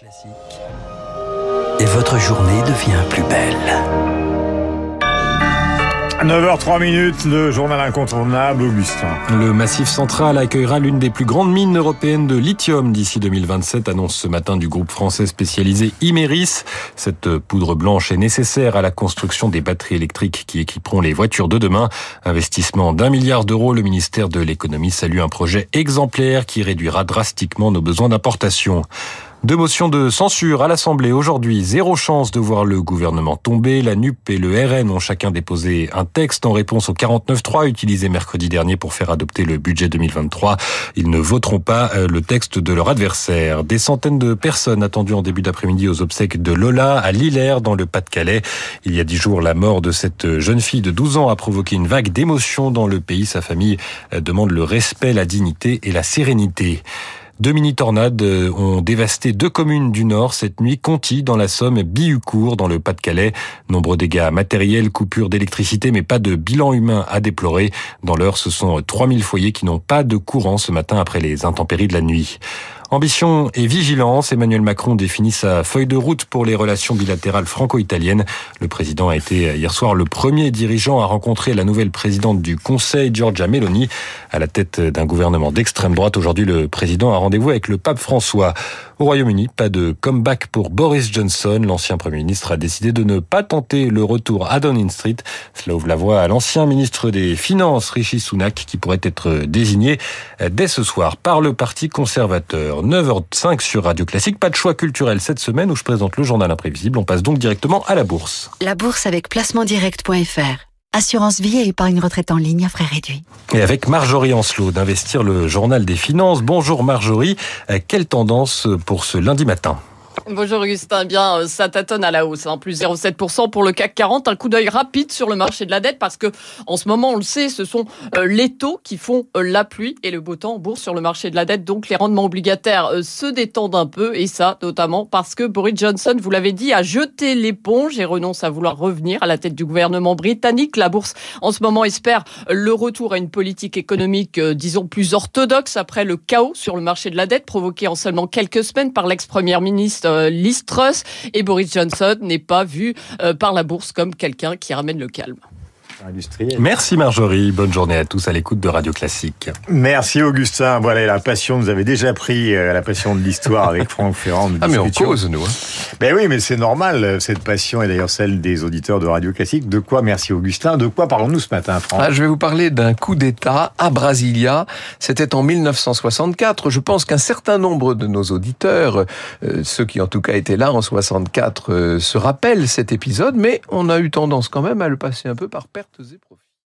Classique. Et votre journée devient plus belle. 9h03, le journal incontournable, Augustin. Le Massif Central accueillera l'une des plus grandes mines européennes de lithium d'ici 2027, annonce ce matin du groupe français spécialisé Imerys. Cette poudre blanche est nécessaire à la construction des batteries électriques qui équiperont les voitures de demain. Investissement d'1 milliard d'euros, le ministère de l'économie salue un projet exemplaire qui réduira drastiquement nos besoins d'importation. Deux motions de censure à l'Assemblée aujourd'hui. Zéro chance de voir le gouvernement tomber. La NUP et le RN ont chacun déposé un texte en réponse au 49.3 utilisé mercredi dernier pour faire adopter le budget 2023. Ils ne voteront pas le texte de leur adversaire. Des centaines de personnes attendues en début d'après-midi aux obsèques de Lola à Lillers dans le Pas-de-Calais. Il y a 10 jours, la mort de cette jeune fille de 12 ans a provoqué une vague d'émotions dans le pays. Sa famille demande le respect, la dignité et la sérénité. Deux mini-tornades ont dévasté 2 communes du Nord cette nuit, Conty dans la Somme, Bihucourt dans le Pas-de-Calais. Nombreux dégâts matériels, coupures d'électricité, mais pas de bilan humain à déplorer. Dans l'Eure, ce sont 3000 foyers qui n'ont pas de courant ce matin après les intempéries de la nuit. Ambition et vigilance, Emmanuel Macron définit sa feuille de route pour les relations bilatérales franco-italiennes. Le président a été hier soir le premier dirigeant à rencontrer la nouvelle présidente du Conseil, Giorgia Meloni. À la tête d'un gouvernement d'extrême droite, aujourd'hui le président a rendez-vous avec le pape François. Au Royaume-Uni, pas de comeback pour Boris Johnson. L'ancien Premier ministre a décidé de ne pas tenter le retour à Downing Street. Cela ouvre la voie à l'ancien ministre des Finances, Rishi Sunak, qui pourrait être désigné dès ce soir par le Parti conservateur. 9h05 sur Radio Classique. Pas de choix culturel cette semaine où je présente le journal imprévisible. On passe donc directement à la bourse. La bourse avec placementdirect.fr. Assurance vie et épargne retraite en ligne à frais réduits. Et avec Marjorie Ancelot d'Investir le Journal des Finances. Bonjour Marjorie. Quelle tendance pour ce lundi matin ? Bonjour Augustin, bien ça tâtonne à la hausse, plus 0,7% pour le CAC 40. Un coup d'œil rapide sur le marché de la dette parce que en ce moment on le sait, ce sont les taux qui font la pluie et le beau temps en bourse sur le marché de la dette. Donc les rendements obligataires se détendent un peu et ça notamment parce que Boris Johnson, vous l'avez dit, a jeté l'éponge et renonce à vouloir revenir à la tête du gouvernement britannique. La bourse en ce moment espère le retour à une politique économique disons plus orthodoxe après le chaos sur le marché de la dette provoqué en seulement quelques semaines par l'ex-première ministre Liz Truss, et Boris Johnson n'est pas vu par la bourse comme quelqu'un qui ramène le calme. Merci Marjorie, bonne journée à tous à l'écoute de Radio Classique. Merci Augustin. Voilà, la passion, nous avait déjà pris la passion de l'histoire avec Franck Ferrand. Mais on cause, nous. Ben oui, mais c'est normal, cette passion est d'ailleurs celle des auditeurs de Radio Classique. De quoi, merci Augustin, de quoi parlons-nous ce matin, Franck ? Je vais vous parler d'un coup d'État à Brasilia. C'était en 1964. Je pense qu'un certain nombre de nos auditeurs, ceux qui en tout cas étaient là en 64, se rappellent cet épisode, mais on a eu tendance quand même à le passer un peu par perte et profits.